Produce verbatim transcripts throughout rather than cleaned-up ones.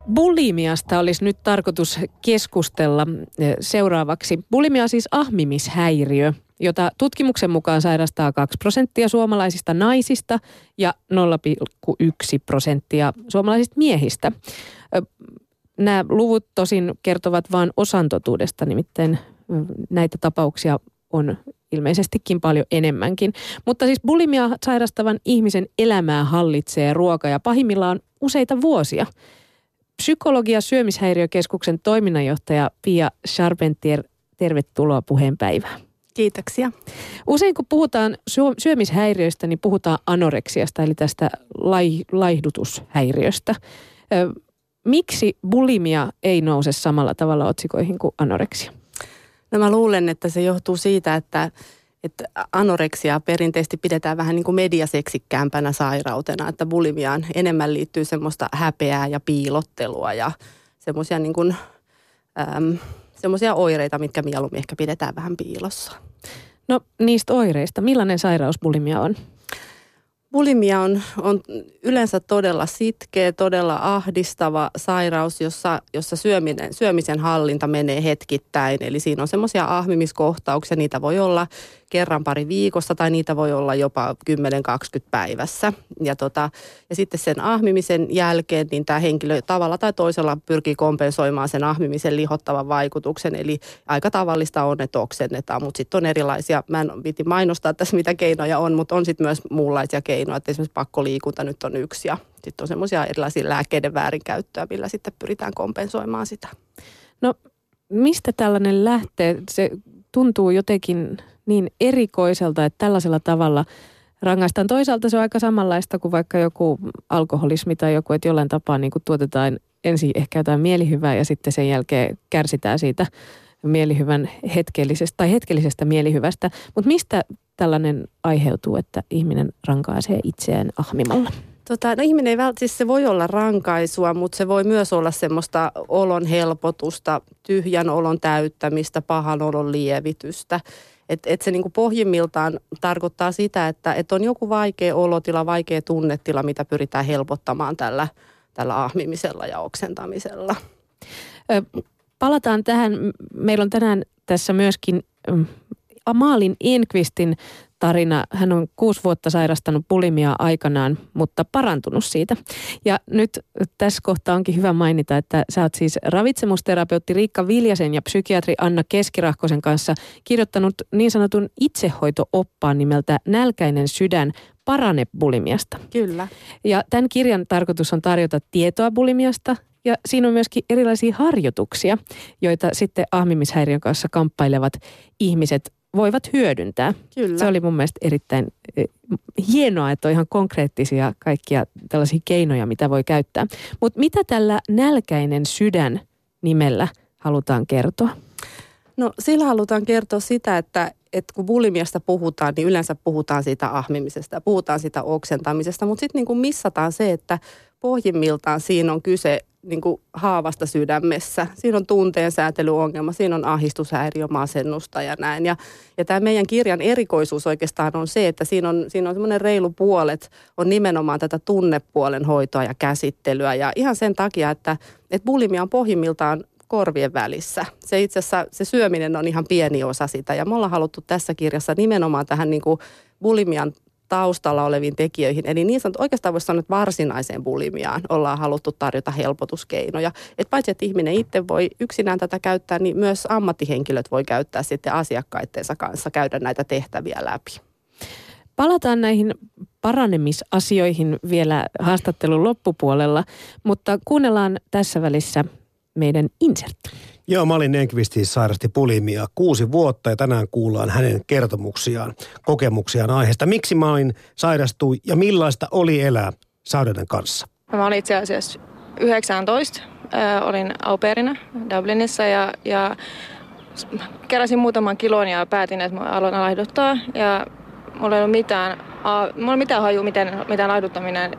Bulimiasta olisi nyt tarkoitus keskustella seuraavaksi. Bulimia on siis ahmimishäiriö, jota tutkimuksen mukaan sairastaa kaksi prosenttia suomalaisista naisista ja nolla pilkku yksi prosenttia suomalaisista miehistä. Nämä luvut tosin kertovat vain osan totuudesta, nimittäin näitä tapauksia on ilmeisestikin paljon enemmänkin. Mutta siis bulimia sairastavan ihmisen elämää hallitsee ruoka ja pahimmillaan useita vuosia. Psykologia syömishäiriökeskuksen toiminnanjohtaja Pia Charpentier, tervetuloa puheenpäivään. Kiitoksia. Usein kun puhutaan syömishäiriöistä, niin puhutaan anoreksiasta, eli tästä lai, laihdutushäiriöstä. Miksi bulimia ei nouse samalla tavalla otsikoihin kuin anoreksia? No mä luulen, että se johtuu siitä, että, että anoreksia perinteisesti pidetään vähän niin kuin mediaseksikkäämpänä sairautena, että bulimiaan enemmän liittyy semmoista häpeää ja piilottelua ja semmoisia niin kuin, äm, semmoisia oireita, mitkä mieluummin ehkä pidetään vähän piilossa. No niistä oireista, millainen sairaus bulimia on? Bulimia on, on yleensä todella sitkeä, todella ahdistava sairaus, jossa, jossa syöminen, syömisen hallinta menee hetkittäin. Eli siinä on semmoisia ahmimiskohtauksia, niitä voi olla kerran pari viikossa tai niitä voi olla jopa kymmenen kaksikymmentä päivässä. Ja, tota, ja sitten sen ahmimisen jälkeen niin tämä henkilö tavalla tai toisella pyrkii kompensoimaan sen ahmimisen lihottavan vaikutuksen. Eli aika tavallista on, että oksennetaan, mutta sitten on erilaisia, mä en piti mainostaa tässä mitä keinoja on, mutta on sitten myös muunlaisia keinoja, että esimerkiksi pakkoliikunta nyt on yksi ja sitten on semmoisia erilaisia lääkkeiden väärinkäyttöä, millä sitten pyritään kompensoimaan sitä. No mistä tällainen lähtee? Se tuntuu jotenkin niin erikoiselta, että tällaisella tavalla rangaistaan. Toisaalta se on aika samanlaista kuin vaikka joku alkoholismi tai joku, että jollain tapaa niin kuin tuotetaan ensin ehkä jotain mielihyvää ja sitten sen jälkeen kärsitään siitä mielihyvän hetkellisestä tai hetkellisestä mielihyvästä. Mutta mistä tällainen aiheutuu, että ihminen rankaisee itseään ahmimalla? Tota, no ihminen ei välttämättä, siis se voi olla rankaisua, mutta se voi myös olla semmoista olon helpotusta, tyhjän olon täyttämistä, pahan olon lievitystä. Että et se niinku pohjimmiltaan tarkoittaa sitä, että et on joku vaikea olotila, vaikea tunnetila, mitä pyritään helpottamaan tällä, tällä ahmimisella ja oksentamisella. Ö, palataan tähän. Meillä on tänään tässä myöskin Malin Enqvistin tarina. Hän on kuusi vuotta sairastanut bulimiaa aikanaan, mutta parantunut siitä. Ja nyt tässä kohtaa onkin hyvä mainita, että sä oot siis ravitsemusterapeutti Riikka Viljasen ja psykiatri Anna Keskirahkosen kanssa kirjoittanut niin sanotun itsehoito-oppaan nimeltä Nälkäinen sydän, parane bulimiasta. Kyllä. Ja tämän kirjan tarkoitus on tarjota tietoa bulimiasta. Ja siinä on myöskin erilaisia harjoituksia, joita sitten ahmimishäiriön kanssa kamppailevat ihmiset voivat hyödyntää. Kyllä. Se oli mun mielestä erittäin hienoa, että on ihan konkreettisia kaikkia tällaisia keinoja, mitä voi käyttää. Mutta mitä tällä nälkäinen sydän nimellä halutaan kertoa? No sillä halutaan kertoa sitä, että, että kun bulimiasta puhutaan, niin yleensä puhutaan siitä ahmimisesta ja puhutaan siitä oksentamisesta, mutta sitten niin kuin missataan se, että pohjimmiltaan siinä on kyse niin kuin haavasta sydämessä. Siinä on tunteensäätelyongelma, siinä on ahdistushäiriö, masennusta ja näin. Ja, ja tämä meidän kirjan erikoisuus oikeastaan on se, että siinä on, siinä on semmoinen reilu puolet, on nimenomaan tätä tunnepuolen hoitoa ja käsittelyä. Ja ihan sen takia, että, että bulimia on pohjimmiltaan korvien välissä. Se itse asiassa, se syöminen on ihan pieni osa sitä. Ja me ollaan haluttu tässä kirjassa nimenomaan tähän niin kuin bulimian taustalla oleviin tekijöihin. Eli niin sanottu, oikeastaan voisi sanoa, että varsinaiseen bulimiaan ollaan haluttu tarjota helpotuskeinoja. Että paitsi, että ihminen itse voi yksinään tätä käyttää, niin myös ammattihenkilöt voi käyttää sitten asiakkaittensa kanssa, käydä näitä tehtäviä läpi. Palataan näihin paranemisasioihin vielä haastattelun loppupuolella, mutta kuunnellaan tässä välissä meidän insertti. Joo, Malin Enqvist sairasti bulimiaa kuusi vuotta ja tänään kuullaan hänen kertomuksiaan, kokemuksiaan aiheesta. Miksi Malin sairastui ja millaista oli elää sairauden kanssa? Mä olin itse asiassa yhdeksäntoista. Äh, olin au pairina Dublinissa ja, ja keräsin muutaman kilon ja päätin, että mä aloin laihduttaa. Ja mulla ei ollut mitään, uh, mulla ei mitään haju, miten, miten laihduttaminen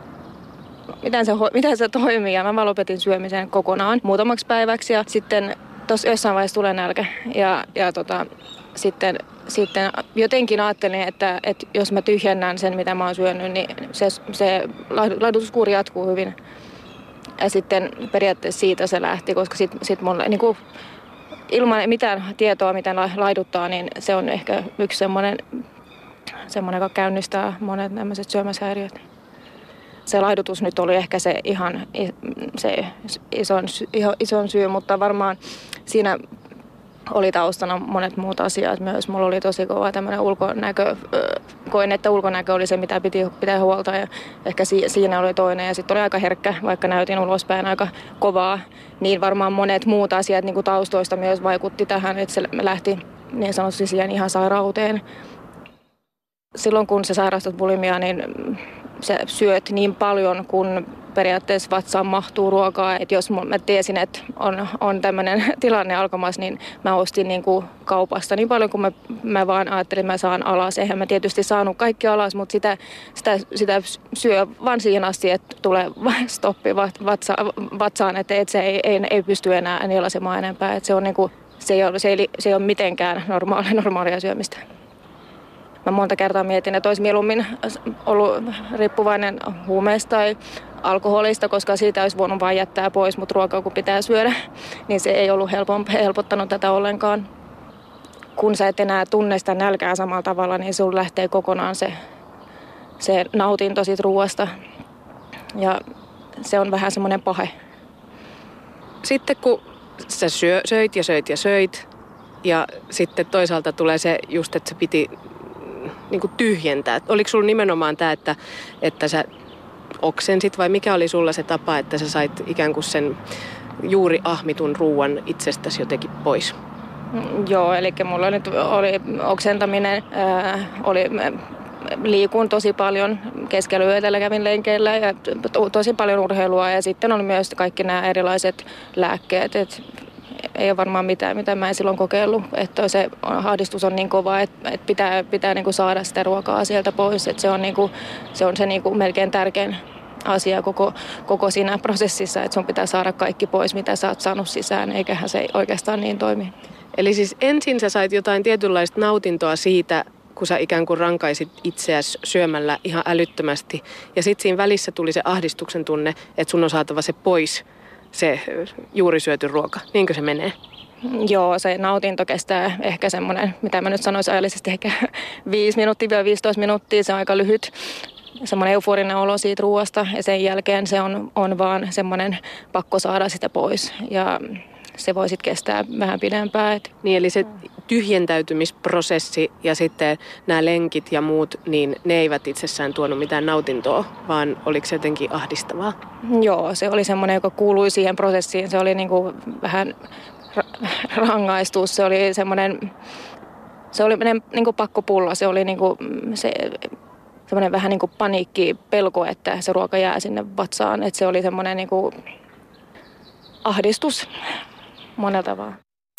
Miten se, miten se toimii, ja mä vaan lopetin syömisen kokonaan muutamaksi päiväksi ja sitten tuossa jossain vaiheessa tulee nälkä ja, ja tota, sitten, sitten jotenkin ajattelin, että, että jos mä tyhjennän sen, mitä mä oon syönyt, niin se, se laihdutuskuuri jatkuu hyvin, Ja sitten periaatteessa siitä se lähti, koska sitten sit mun niin kuin, ilman mitään tietoa, miten laiduttaa, niin se on ehkä yksi semmoinen, semmoinen joka käynnistää monet tämmöiset syömäshäiriöt. Se laidutus nyt oli ehkä se ihan se ison, ison syy, mutta varmaan siinä oli taustana monet muut asiat myös. Mulla oli tosi kova tämmöinen ulkonäkö. Koin, että ulkonäkö oli se, mitä piti pitää huolta ja ehkä siinä oli toinen. Ja sitten oli aika herkkä, vaikka näytin ulospäin aika kovaa. Niin varmaan monet muut asiat niin kuin taustoista myös vaikutti tähän, että se lähti niin sanotusti siihen ihan sairauteen. Silloin kun sä sairastat bulimiaa, niin sä syöt niin paljon, kun periaatteessa vatsaan mahtuu ruokaa. Et jos mä tiesin, että on, on tämmöinen tilanne alkamassa, niin mä ostin niin kuin kaupasta niin paljon, kun mä, mä vaan ajattelin, että mä saan alas. Eihän mä tietysti saanut kaikki alas, mutta sitä, sitä, sitä syö vaan siihen asti, että tulee stoppi vatsa, vatsaan, että et se ei, ei, ei pysty enää nielasemaan enempää. Et se, on niin kuin, se, ei ole, se, ei, se ei ole mitenkään normaali, normaalia syömistä. Mä monta kertaa mietin, että olisi mieluummin ollut riippuvainen huumeista tai alkoholista, koska siitä olisi voinut vain jättää pois, mutta ruokaa kun pitää syödä, niin se ei ollut helpottanut tätä ollenkaan. Kun sä et enää tunne sitä nälkää samalla tavalla, niin sun lähtee kokonaan se, se nautinto siitä ruoasta. Ja se on vähän semmoinen pahe. Sitten kun sä syö, söit ja söit ja söit, ja sitten toisaalta tulee se just, että se piti niin kuin tyhjentää. Oliko sulla nimenomaan tämä, että, että sä oksensit vai mikä oli sulla se tapa, että sä sait ikään kuin sen juuri ahmitun ruuan itsestäsi jotenkin pois? Joo, eli mulla nyt oli oksentaminen, ää, oli, liikun tosi paljon keskellä yötä, kävin lenkeillä ja tosi paljon urheilua ja sitten oli myös kaikki nämä erilaiset lääkkeet, et ei ole varmaan mitään, mitä mä en silloin kokeillut. Että se ahdistus on niin kova, että pitää, pitää niin kuin saada sitä ruokaa sieltä pois. Että se on, niin kuin, se, on se niin kuin melkein tärkein asia koko, koko siinä prosessissa, että sun pitää saada kaikki pois, mitä sä oot saanut sisään, eiköhän se oikeastaan niin toimi. Eli siis ensin sä sait jotain tietynlaista nautintoa siitä, kun sä ikään kuin rankaisit itseäsi syömällä ihan älyttömästi. Ja sitten siinä välissä tuli se ahdistuksen tunne, että sun on saatava se pois, se juuri syöty ruoka. Niinkö se menee? Joo, se nautinto kestää ehkä semmoinen, mitä mä nyt sanoisin ajallisesti, ehkä viisi minuuttia, viisitoista minuuttia. Se on aika lyhyt, semmoinen euforinen olo siitä ruoasta ja sen jälkeen se on, on vaan semmoinen pakko saada sitä pois. Ja se voi sitten kestää vähän pidempään. Niin, eli se tyhjentäytymisprosessi ja sitten nämä lenkit ja muut, niin ne eivät itsessään tuonut mitään nautintoa, vaan oliko se jotenkin ahdistavaa? Joo, se oli semmoinen, joka kuului siihen prosessiin. Se oli niinku vähän rangaistus. Se oli semmoinen, se oli niinku pakkopulla. Se oli niinku se, semmoinen vähän niinku paniikki, pelko, että se ruoka jää sinne vatsaan. Et se oli semmoinen niinku ahdistus monella tavalla.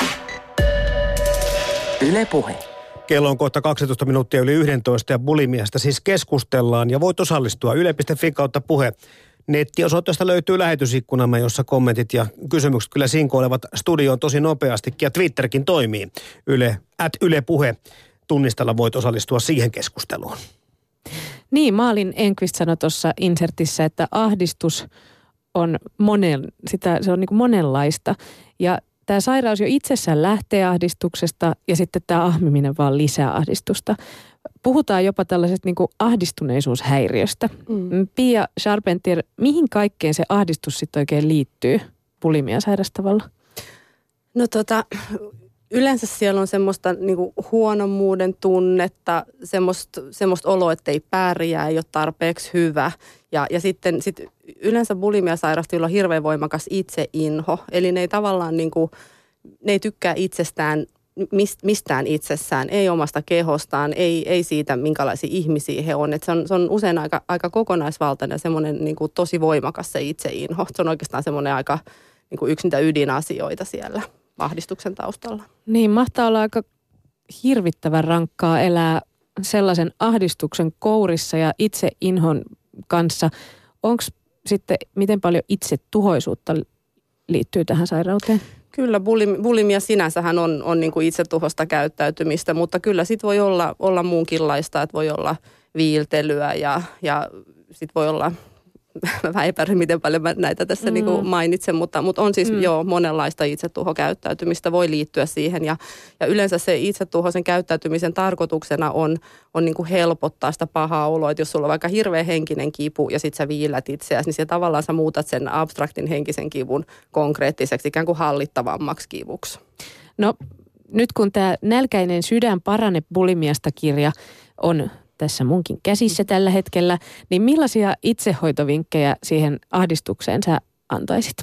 Yle Puhe. Kello on kohta kaksitoista minuuttia yli yksitoista ja bulimiasta siis keskustellaan ja voit osallistua yle piste fi kautta puhe. Nettiosoitteesta löytyy lähetysikkunamme, jossa kommentit ja kysymykset kyllä sinkoilevat studioon tosi nopeastikin ja Twitterkin toimii. Yle, at Yle Puhe tunnistalla voit osallistua siihen keskusteluun. Niin, Maalin Enqvist sanoi tuossa insertissä, että ahdistus on monen, sitä, se on niin kuin monenlaista ja tämä sairaus jo itsessään lähtee ahdistuksesta ja sitten tämä ahmiminen vaan lisää ahdistusta. Puhutaan jopa tällaisesta niin kuin ahdistuneisuushäiriöstä. Mm. Pia Charpentier, mihin kaikkeen se ahdistus sitten oikein liittyy bulimia sairastavalla? No tota, yleensä siellä on semmoista niin kuin huonommuuden tunnetta, semmoista, semmoista oloa, että ei pärjää, ei ole tarpeeksi hyvä. Ja, ja sitten sit yleensä bulimiasairastajilla on hirveän voimakas itseinho, eli ne ei tavallaan niin kuin, ne ei tykkää itsestään, mistään itsessään, ei omasta kehostaan, ei, ei siitä minkälaisia ihmisiä he on. Et se on. Se on usein aika, aika kokonaisvaltainen ja semmoinen niin kuin tosi voimakas se itseinho. Se on oikeastaan semmoinen aika niin kuin yksi niitä ydinasioita siellä ahdistuksen taustalla. Niin, mahtaa olla aika hirvittävän rankkaa elää sellaisen ahdistuksen kourissa ja itseinhon kanssa. Onko sitten, miten paljon itsetuhoisuutta liittyy tähän sairauteen? Kyllä, bulimia sinänsähän on, on niin kuin itsetuhosta käyttäytymistä, mutta kyllä sit voi olla, olla muunkinlaista, että voi olla viiltelyä ja, ja sit voi olla mä vähän epäröin, miten paljon mä näitä tässä mm. niin kuin mainitsen, mutta, mutta on siis mm. joo monenlaista itsetuhokäyttäytymistä voi liittyä siihen. Ja, ja yleensä se itsetuhoisen käyttäytymisen tarkoituksena on, on niin kuin helpottaa sitä pahaa oloa. Että jos sulla on vaikka hirveä henkinen kipu ja sit sä viillät itseäsi, niin se tavallaan sä muutat sen abstraktin henkisen kivun konkreettiseksi ikään kuin hallittavammaksi kivuksi. No nyt kun tämä Nälkäinen sydän parane bulimiasta -kirja on tässä munkin käsissä tällä hetkellä, niin millaisia itsehoitovinkkejä siihen ahdistukseen sä antaisit?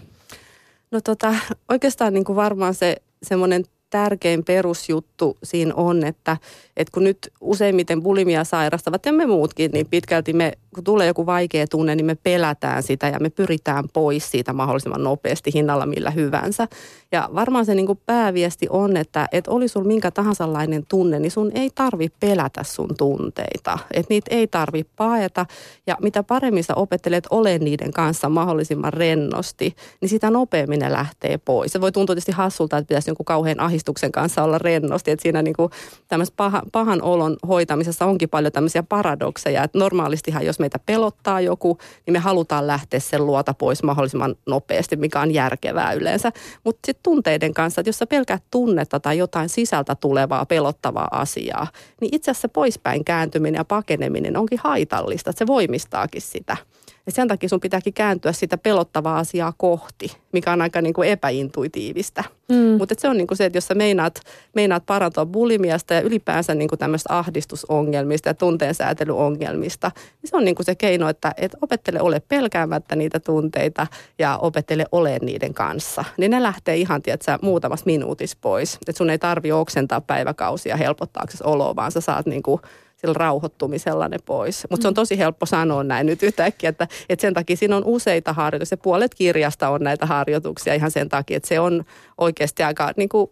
No tota, oikeastaan niin kuin varmaan se semmoinen tärkein perusjuttu siinä on, että, että kun nyt useimmiten bulimia sairastavat ja me muutkin, niin pitkälti me, kun tulee joku vaikea tunne, niin me pelätään sitä ja me pyritään pois siitä mahdollisimman nopeasti hinnalla millä hyvänsä. Ja varmaan se niin kuin pääviesti on, että, että oli sulla minkä tahansallainen tunne, niin sun ei tarvitse pelätä sun tunteita. Että niitä ei tarvitse paeta ja mitä paremmin sä opettelet olemaan niiden kanssa mahdollisimman rennosti, niin sitä nopeammin ne lähtee pois. Se voi tuntua tietysti hassulta, että pitäisi jonkun kauhean ahdistuksen kanssa olla rennosti. Että siinä niin kuin tämmöisessä paha, pahan olon hoitamisessa onkin paljon tämmöisiä paradokseja. Että normaalistihan, jos meitä pelottaa joku, niin me halutaan lähteä sen luota pois mahdollisimman nopeasti, mikä on järkevää yleensä. Mutta sitten tunteiden kanssa, että jos sä pelkäät tunnetta tai jotain sisältä tulevaa pelottavaa asiaa, niin itse asiassa poispäin kääntyminen ja pakeneminen onkin haitallista, että se voimistaakin sitä. Ja sen takia sun pitääkin kääntyä sitä pelottavaa asiaa kohti, mikä on aika niin kuin epäintuitiivista. Mm. Mutta se on niin kuin se, että jos sä meinaat, meinaat parantua bulimiasta ja ylipäänsä niin kuin tämmöistä ahdistusongelmista ja tunteensäätelyongelmista, niin se on niin kuin se keino, että, että opettele ole pelkäämättä niitä tunteita ja opettele ole niiden kanssa. Niin ne lähtee ihan, tiedätkö, muutamassa minuutissa pois. Että sun ei tarvitse oksentaa päiväkausia helpottaaksesi oloa, vaan sä saat niin kuin sillä rauhoittumisella ne pois. Mutta se on tosi helppo sanoa näin nyt yhtäkkiä, että, että sen takia siinä on useita harjoituksia. Puolet kirjasta on näitä harjoituksia ihan sen takia, että se on oikeasti aika niin kuin,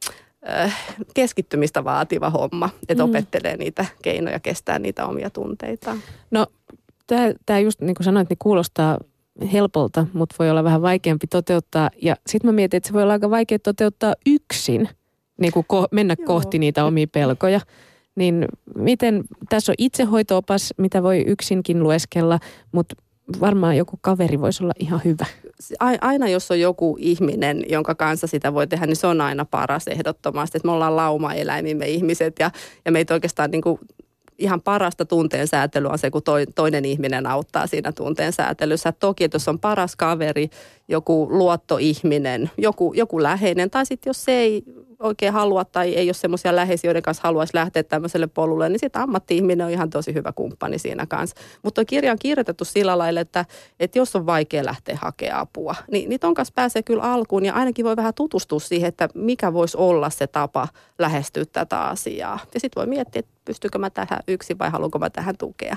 äh, keskittymistä vaativa homma, että mm. opettelee niitä keinoja, kestää niitä omia tunteitaan. No tämä just niin kuin sanoit, niin kuulostaa helpolta, mutta voi olla vähän vaikeampi toteuttaa. Ja sitten mä mietin, että se voi olla aika vaikea toteuttaa yksin, niin kuin ko- mennä Joo. kohti niitä omia pelkoja. Niin miten, tässä on itsehoito-opas, mitä voi yksinkin lueskella, mutta varmaan joku kaveri voisi olla ihan hyvä. Aina jos on joku ihminen, jonka kanssa sitä voi tehdä, niin se on aina paras ehdottomasti. Että me ollaan laumaeläimiä me ihmiset ja, ja meitä oikeastaan niin kuin ihan parasta tunteen säätelyä on se, kun toinen ihminen auttaa siinä tunteen säätelyssä. Toki, että jos on paras kaveri, joku luottoihminen, joku, joku läheinen, tai sitten jos se ei oikein halua tai ei ole semmoisia läheisiä, joiden kanssa haluaisi lähteä tämmöiselle polulle, niin sitten ammatti-ihminen on ihan tosi hyvä kumppani siinä kanssa. Mutta tuo kirja on kirjoitettu sillä lailla, että, että jos on vaikea lähteä hakemaan apua, niin, niin ton kanssa pääsee kyllä alkuun ja ainakin voi vähän tutustua siihen, että mikä voisi olla se tapa lähestyä tätä asiaa. Ja sitten voi miettiä, että pystyykö mä tähän yksin vai haluanko mä tähän tukea.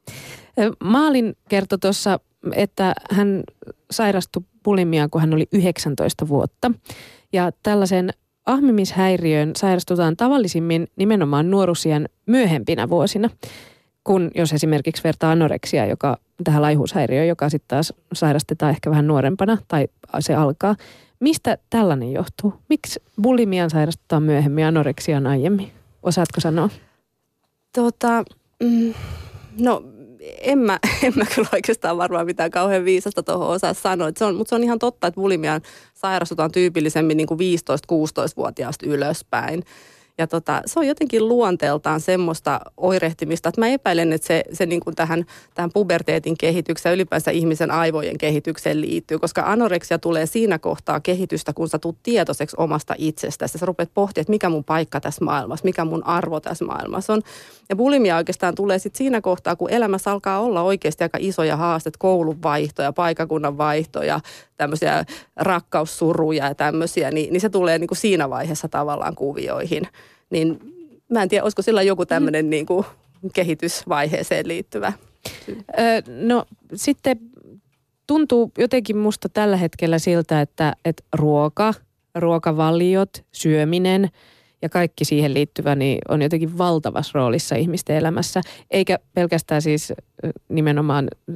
Maalin kertoi tuossa, että hän sairastui bulimiaan, kun hän oli yhdeksäntoista vuotta. Ja tällaisen ahmimishäiriöön sairastutaan tavallisimmin nimenomaan nuoruusiän myöhempinä vuosina, kun jos esimerkiksi vertaa anoreksia, joka tähän laihuushäiriöön, joka sitten taas sairastetaan ehkä vähän nuorempana tai se alkaa. Mistä tällainen johtuu? Miksi bulimiaan sairastutaan myöhemmin ja anoreksiaan aiemmin? Osaatko sanoa? Tota, mm, no en mä, en mä kyllä oikeastaan varmaan mitään kauhean viisasta tuohon osaa sanoa. Se on, mutta se on ihan totta, että bulimiaan sairastutaan tyypillisemmin niin kuin viisitoista-kuusitoista-vuotiaasta ylöspäin. Ja tota, se on jotenkin luonteeltaan semmoista oirehtimista, että mä epäilen, että se, se niin kuin tähän, tähän puberteetin kehitykseen, ylipäänsä ihmisen aivojen kehitykseen liittyy, koska anoreksia tulee siinä kohtaa kehitystä, kun sä tulet tietoiseksi omasta itsestäsi. Sä rupeat pohtimaan, että mikä mun paikka tässä maailmassa, mikä mun arvo tässä maailmassa on. Ja bulimia oikeastaan tulee sitten siinä kohtaa, kun elämässä alkaa olla oikeasti aika isoja haasteita, koulun vaihtoja, paikakunnan vaihtoja, tämmöisiä rakkaussuruja ja tämmöisiä, niin, niin se tulee niin kuin siinä vaiheessa tavallaan kuvioihin. Niin mä en tiedä, olisiko sillä joku tämmöinen niin kuin kehitysvaiheeseen liittyvä syy. Öö, no sitten tuntuu jotenkin musta tällä hetkellä siltä, että, että ruoka, ruokavaliot, syöminen ja kaikki siihen liittyvä niin on jotenkin valtavassa roolissa ihmisten elämässä. Eikä pelkästään siis nimenomaan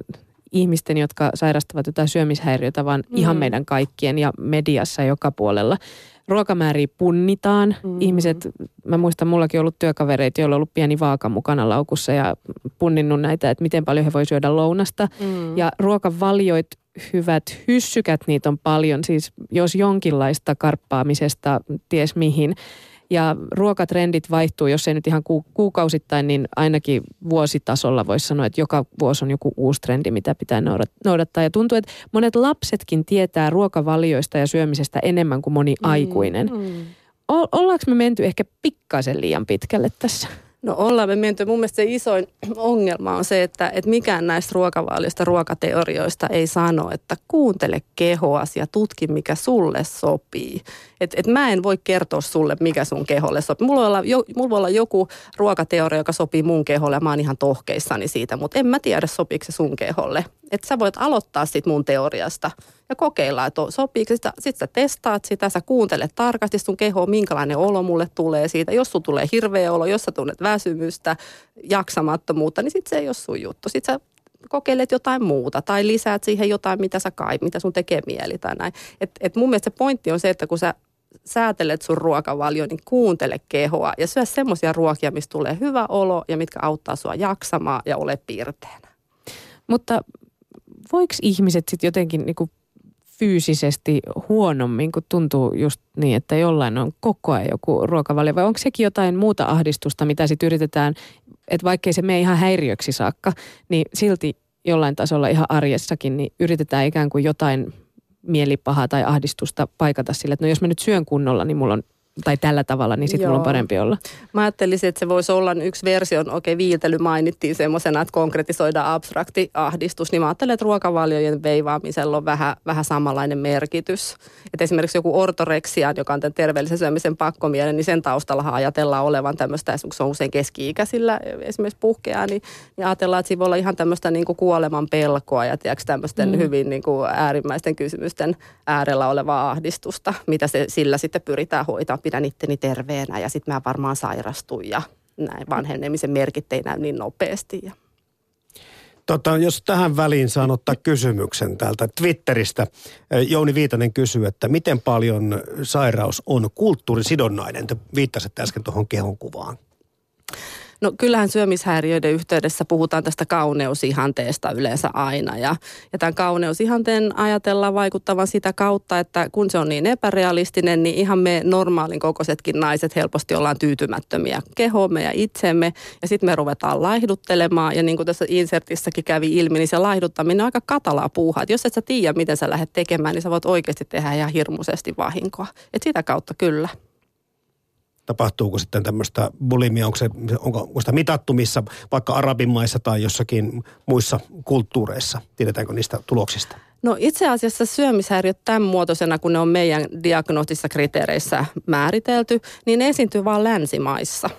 ihmisten, jotka sairastavat jotain syömishäiriötä, vaan mm. ihan meidän kaikkien ja mediassa joka puolella. Ruokamääriä punnitaan. Mm. Ihmiset, mä muistan, mullakin on ollut työkavereita, joilla on ollut pieni vaaka mukana laukussa ja punninnut näitä, että miten paljon he voi syödä lounasta. Mm. Ja ruokavalioit, hyvät hyssykät, niitä on paljon. Siis jos jonkinlaista karppaamisesta, ties mihin. Ja ruokatrendit vaihtuu, jos ei nyt ihan ku, kuukausittain, niin ainakin vuositasolla voisi sanoa, että joka vuosi on joku uusi trendi, mitä pitää noudattaa. Ja tuntuu, että monet lapsetkin tietää ruokavalioista ja syömisestä enemmän kuin moni mm, aikuinen. Mm. O- ollaanko me menty ehkä pikkasen liian pitkälle tässä? No ollaan me menty. Mun mielestä se isoin ongelma on se, että, että mikään näistä ruokavalioista, ruokateorioista ei sano, että kuuntele kehoasi ja tutki, mikä sulle sopii. Että et mä en voi kertoa sulle, mikä sun keholle sopii. Mulla voi olla, jo, mulla voi olla joku ruokateoria, joka sopii mun keholle ja mä oon ihan tohkeissani siitä, mutta en mä tiedä, sopiiko se sun keholle. Että sä voit aloittaa sit mun teoriasta ja kokeilla, että sopiiko sitä. Sitten sä testaat sitä, sä kuuntelet tarkasti sun kehoa, minkälainen olo mulle tulee siitä. Jos sun tulee hirveä olo, jos sä tunnet väsymystä, jaksamattomuutta, niin sitten se ei ole sun juttu. Sitten sä kokeilet jotain muuta tai lisäät siihen jotain, mitä sä kai, mitä sun tekee mieli tai näin. Et, et mun mielestä se pointti on se, että kun sä säätelet sun ruokavalio, niin kuuntele kehoa ja syö semmoisia ruokia, mistä tulee hyvä olo ja mitkä auttaa sua jaksamaan ja ole pirteänä. Mutta voiko ihmiset sitten jotenkin niinku fyysisesti huonommin, kun tuntuu just niin, että jollain on koko ajan joku ruokavalio, vai onko sekin jotain muuta ahdistusta, mitä sitten yritetään, että vaikkei se mene ihan häiriöksi saakka, niin silti jollain tasolla ihan arjessakin, niin yritetään ikään kuin jotain mielipahaa tai ahdistusta paikata sille, että no jos mä nyt syön kunnolla, niin mulla on tai tällä tavalla, niin sitten mulla on parempi olla. Mä ajattelisin, että se voisi olla yksi versio, okei okay, viiltely mainittiin semmoisena, että konkretisoidaan abstrakti ahdistus, niin mä ajattelen, että ruokavaliojen veivaamisella on vähän, vähän samanlainen merkitys. Että esimerkiksi joku ortoreksia, joka on tämän terveellisen syömisen pakkomielen, niin sen taustallahan ajatellaan olevan tämmöistä, kun se on usein keski-ikäisillä esimerkiksi puhkeaa, niin, niin ajatellaan, että siinä voi olla ihan tämmöistä niin kuin kuoleman pelkoa ja tiedätkö, tämmöisten mm. hyvin niin kuin äärimmäisten kysymysten äärellä olevaa ahdistusta, mitä se sillä sitten pyritään hoitamaan. Pidän itteni terveenä ja sitten mä varmaan sairastun ja näin vanhenemisen merkit ei näy niin nopeasti. Ja. Tota, jos tähän väliin saan ottaa kysymyksen täältä Twitteristä. Jouni Viitanen kysyy, että miten paljon sairaus on kulttuurisidonnainen? Te viittasitte äsken tuohon kehonkuvaan. No kyllähän syömishäiriöiden yhteydessä puhutaan tästä kauneusihanteesta yleensä aina. Ja, ja tämän kauneusihanteen ajatellaan vaikuttavan sitä kautta, että kun se on niin epärealistinen, niin ihan me normaalin kokoisetkin naiset helposti ollaan tyytymättömiä kehoomme ja itsemme. Ja sitten me ruvetaan laihduttelemaan. Ja niin kuin tässä insertissäkin kävi ilmi, niin se laihduttaminen on aika katalaa puuhaa. Et jos et sä tiedä, miten sä lähdet tekemään, niin sä voit oikeasti tehdä ihan hirmuisesti vahinkoa. Et sitä kautta kyllä. Tapahtuuko sitten tämmöistä bulimia, onko, se, onko, onko sitä mitattu missä, vaikka arabimaissa tai jossakin muissa kulttuureissa? Tiedetäänkö niistä tuloksista? No itse asiassa syömishäiriöt tämän muotoisena, kun ne on meidän diagnostisissa kriteereissä määritelty, niin ne esiintyy vain länsimaissa.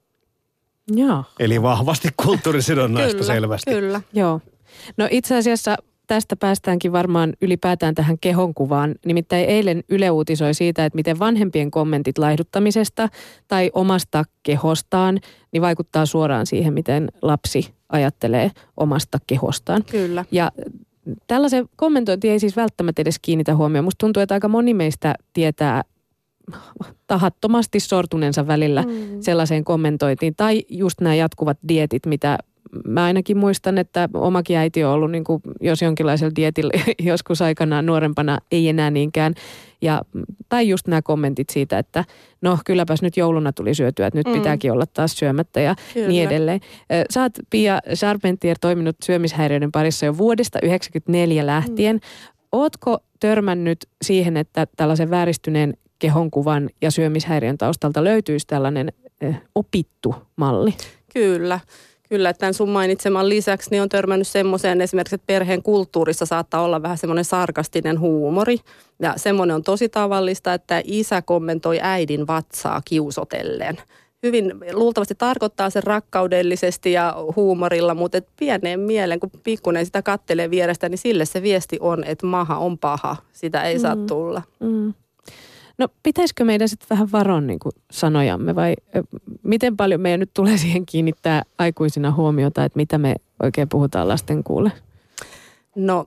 Joo. Eli vahvasti kulttuurisidonnaista kyllä, selvästi. Kyllä, joo. No itse asiassa tästä päästäänkin varmaan ylipäätään tähän kehonkuvaan. Nimittäin eilen Yle uutisoi siitä, että miten vanhempien kommentit laihduttamisesta tai omasta kehostaan niin vaikuttaa suoraan siihen, miten lapsi ajattelee omasta kehostaan. Kyllä. Ja tällaisen kommentointi ei siis välttämättä edes kiinnitä huomioon. Musta tuntuu, että aika moni meistä tietää tahattomasti sortuneensa välillä mm. sellaiseen kommentointiin. Tai just nämä jatkuvat dieetit, mitä mä ainakin muistan, että omakin äiti on ollut niin kuin, jos jonkinlaisella dietillä joskus aikanaan nuorempana, ei enää niinkään. Ja, tai just nämä kommentit siitä, että no kylläpäs nyt jouluna tuli syötyä, että nyt mm. pitääkin olla taas syömättä ja Kyllä. niin edelleen. Sä oot, Pia Charpentier, toiminut syömishäiriöiden parissa jo vuodesta yhdeksänkymmentäneljä lähtien. Mm. Ootko törmännyt siihen, että tällaisen vääristyneen kehonkuvan ja syömishäiriön taustalta löytyisi tällainen eh, opittu malli? Kyllä. Kyllä, että tämän sun mainitseman lisäksi niin on törmännyt semmoiseen esimerkiksi, että perheen kulttuurissa saattaa olla vähän semmoinen sarkastinen huumori. Ja semmoinen on tosi tavallista, että isä kommentoi äidin vatsaa kiusotellen. Hyvin luultavasti tarkoittaa sen rakkaudellisesti ja huumorilla, mutta et pieneen mielen, kun pikkuinen sitä kattelee vierestä, niin sille se viesti on, että maha on paha. Sitä ei mm. saa tulla. Mm. No pitäisikö meidän sitten vähän varon niin kuin sanojamme vai ö, miten paljon meidän nyt tulee siihen kiinnittää aikuisina huomiota, että mitä me oikein puhutaan lasten kuulle? No,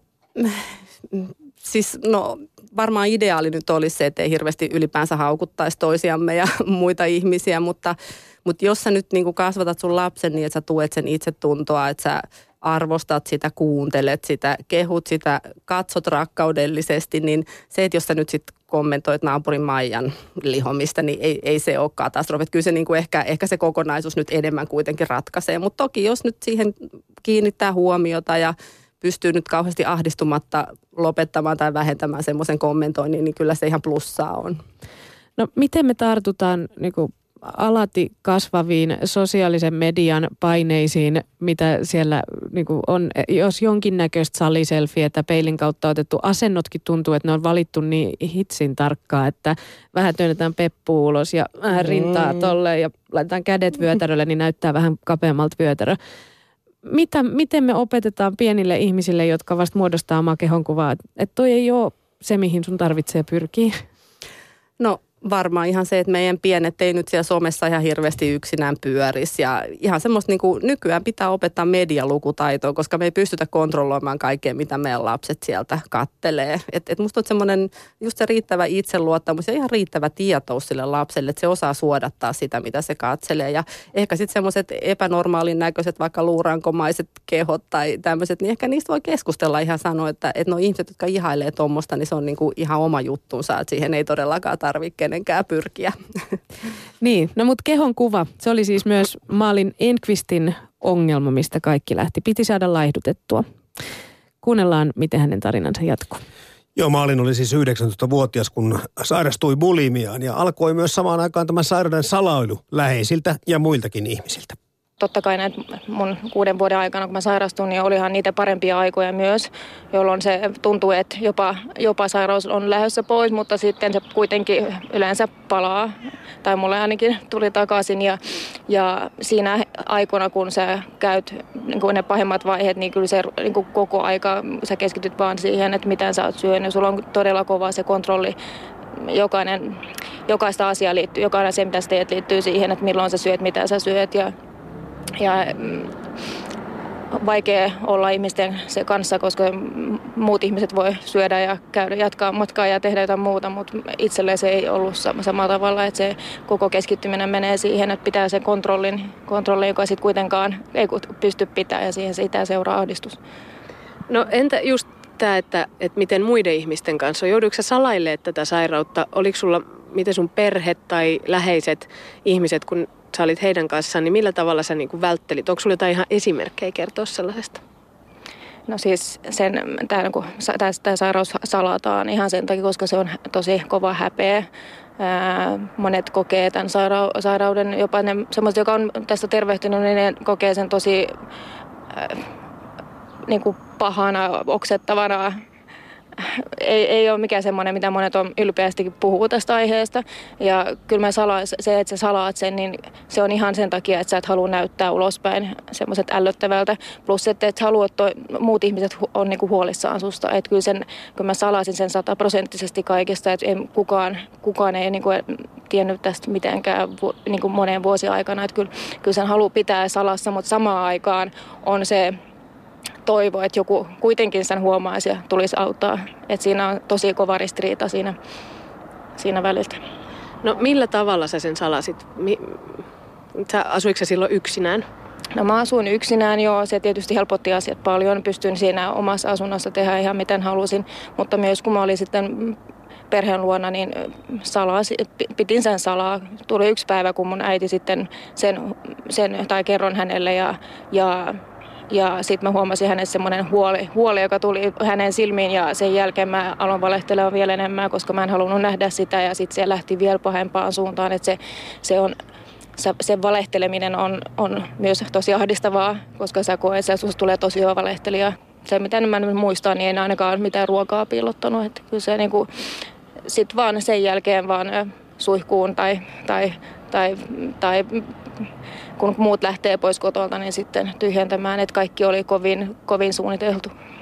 siis no varmaan ideaali nyt olisi se, että ei hirveästi ylipäänsä haukuttaisi toisiamme ja muita ihmisiä, mutta, mutta jos sä nyt niin kuin kasvatat sun lapsen niin, että sä tuet sen itsetuntoa, että sä arvostat sitä, kuuntelet sitä, kehut sitä, katsot rakkaudellisesti, niin se, että jos sä nyt sitten kommentoit naapurin Maijan lihomista, niin ei, ei se ole katastrofi. Kyllä se niin kuin ehkä, ehkä se kokonaisuus nyt enemmän kuitenkin ratkaisee, mutta toki jos nyt siihen kiinnittää huomiota ja pystyy nyt kauheasti ahdistumatta lopettamaan tai vähentämään semmoisen kommentoinnin, niin kyllä se ihan plussaa on. No miten me tartutaan niin kuin alati kasvaviin sosiaalisen median paineisiin, mitä siellä niin kuin on, jos jonkinnäköistä saliselfiä peilin kautta otettu asennotkin tuntuu, että ne on valittu niin hitsin tarkkaa, että vähän työnnetään peppu ulos ja vähän rintaa tolleen ja laitetaan kädet vyötärölle, niin näyttää vähän kapeammalta vyötärö. Mitä, miten me opetetaan pienille ihmisille, jotka vasta muodostaa omaa kehonkuvaa, että toi ei ole se, mihin sun tarvitsee pyrkiä? No varmaan ihan se, että meidän pienet ei nyt siellä somessa ihan hirveästi yksinään pyörisi. Ja ihan semmoista niin kuin nykyään pitää opettaa medialukutaitoa, koska me ei pystytä kontrolloimaan kaikkea, mitä meidän lapset sieltä kattelee. Että et musta on semmoinen just se riittävä itseluottamus ja ihan riittävä tietous sille lapselle, että se osaa suodattaa sitä, mitä se katselee. Ja ehkä sitten semmoiset epänormaalin näköiset, vaikka luurankomaiset kehot tai tämmöiset, niin ehkä niistä voi keskustella ihan sanoa, että, että no ihmiset, jotka ihailee tuommoista, niin se on niin kuin ihan oma juttunsa, että siihen ei todellakaan tarvitse kenenkään pyrkiä. Niin, no mutta kehon kuva, se oli siis myös Malin Enqvistin ongelma, mistä kaikki lähti. Piti saada laihdutettua. Kuunnellaan, miten hänen tarinansa jatkuu. Joo, Malin oli siis yhdeksäntoistavuotias, kun sairastui bulimiaan ja alkoi myös samaan aikaan tämän sairauden salailu läheisiltä ja muiltakin ihmisiltä. Totta kai näitä mun kuuden vuoden aikana, kun mä sairastuin, niin olihan niitä parempia aikoja myös, jolloin se tuntuu, että jopa, jopa sairaus on lähdössä pois, mutta sitten se kuitenkin yleensä palaa, tai mulle ainakin tuli takaisin. Ja, ja siinä aikana, kun sä käyt niin kun ne pahimmat vaiheet, niin kyllä se niin kun koko aika sä keskityt vaan siihen, että mitä sä oot syönyt. Sulla on todella kova se kontrolli. Jokainen, jokaista asiaa liittyy, jokainen se, mitä sä teet, liittyy siihen, että milloin sä syöt, mitä sä syöt. Ja, Ja vaikea olla ihmisten se kanssa, koska muut ihmiset voi syödä ja käydä, jatkaa matkaa ja tehdä jotain muuta, mutta itselle se ei ollut samalla tavalla, että se koko keskittyminen menee siihen, että pitää sen kontrollin, kontrollin joka sitten kuitenkaan ei pysty pitämään ja siihen siitä seuraa ahdistus. No entä just tämä, että, että miten muiden ihmisten kanssa on? Joudutko sä salailemaan tätä sairautta? Oliko sulla, miten sun perhe tai läheiset ihmiset, kun sä olit heidän kanssaan, niin millä tavalla sä niin kuin välttelit? Onko sulla jotain ihan esimerkkejä kertoa sellaisesta? No siis sen, tämä, kun tämä sairaus salataan ihan sen takia, koska se on tosi kova häpeä. Ää, monet kokee tämän saira- sairauden, jopa ne semmoiset, jotka on tästä tervehtynyt, niin ne kokee sen tosi ää, niin kuin pahana, oksettavana. Ei, ei ole mikään semmoinen, mitä monet on ylpeästikin puhuu tästä aiheesta. Ja kyllä mä salaan, se, että sä salaat sen, niin se on ihan sen takia, että sä et halua näyttää ulospäin semmoiset ällöttävältä. Plus, että et halua, että muut ihmiset on niinku huolissaan susta. Että kyllä sen, kun mä salasin sen sataprosenttisesti kaikesta, että ei, kukaan, kukaan ei niinku tiennyt tästä mitenkään niinku moneen vuosien aikana. Että kyllä, kyllä sen haluaa pitää salassa, mutta samaan aikaan on se toivo, että joku kuitenkin sen huomaisi ja tulisi auttaa. Että siinä on tosi kova ristiriita siinä, siinä väliltä. No millä tavalla sä sen salasit? Mi- sä, asuitko sä silloin yksinään? No mä asuin yksinään, joo. Se tietysti helpotti asiat paljon. Pystyin siinä omassa asunnossa tehdä ihan miten halusin. Mutta myös kun mä olin sitten perheen luona, niin salasi, pitin sen salaa. Tuli yksi päivä, kun mun äiti sitten sen, sen tai kerron hänelle ja, ja Ja sitten mä huomasin hänessä semmoinen huoli, huoli, joka tuli hänen silmiin ja sen jälkeen mä aloin valehtelemaan vielä enemmän, koska mä en halunnut nähdä sitä ja sitten se lähti vielä pahempaan suuntaan. Että se, se, on, se, se valehteleminen on, on myös tosi ahdistavaa, koska sä koet, että susta tulee tosi hyvä valehtelija. Se mitä mä nyt muistan, niin en ainakaan mitään ruokaa piilottanut. Että kyllä se niinku, sit vaan sen jälkeen vaan suihkuun tai, tai, tai, tai kun muut lähtee pois kotolta, niin sitten tyhjentämään, että kaikki oli kovin, kovin suunniteltu.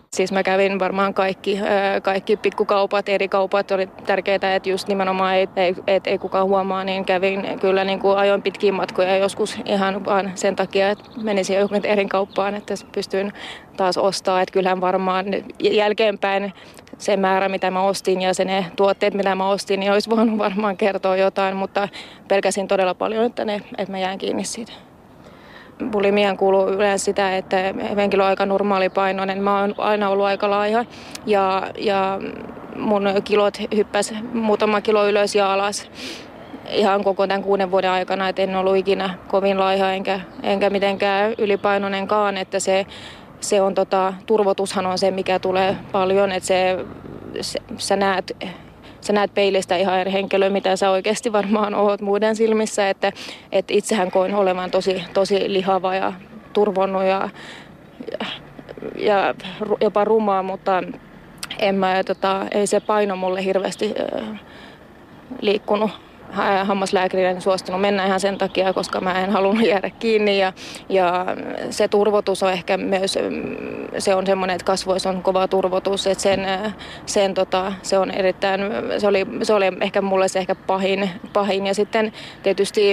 Siis mä kävin varmaan kaikki, kaikki pikkukaupat, eri kaupat oli tärkeää, että just nimenomaan ei, ei, et, ei kukaan huomaa, niin kävin kyllä niin kuin ajoin pitkiä matkoja joskus ihan vaan sen takia, että menisin jokin eri kauppaan, että pystyin taas ostaa. Että kyllähän varmaan jälkeenpäin se määrä, mitä mä ostin ja se ne tuotteet, mitä mä ostin, niin olisi voinut varmaan kertoa jotain, mutta pelkäsin todella paljon, että, ne, että mä jään kiinni siitä. Bulimiaan kuuluu yleensä sitä, että henkilö on aika normaalipainoinen. Mä oon aina ollut aika laiha ja, ja mun kilot hyppäs muutama kilo ylös ja alas ihan koko tämän kuuden vuoden aikana. Et en ollut ikinä kovin laiha enkä, enkä mitenkään ylipainoinenkaan. Että se, se on tota, turvotushan on se, mikä tulee paljon. Että se, se, sä näet... Sä näet peilistä ihan eri henkilöä, mitä sä oikeasti varmaan oot muiden silmissä. Että, että itsehän koin olevan tosi, tosi lihava ja turvonnut ja, ja, ja jopa rumaa, mutta en mä, tota, ei se paino mulle hirveästi äh, liikkunut. Hammaslääkäri en suostunut mennä ihan sen takia, koska mä en halunnut jäädä kiinni. Ja, ja se turvotus on ehkä myös, se on semmoinen, että kasvoissa on kova turvotus. Että sen, sen tota, se on erittäin, se oli, se oli ehkä mulle se ehkä pahin. pahin. Ja sitten tietysti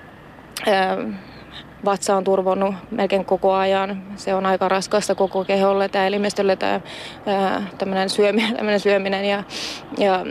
ää, vatsa on turvonnut melkein koko ajan. Se on aika raskasta koko keholle, tämä elimistölle, tämä tämmöinen syöminen, tämmöinen syöminen ja, ja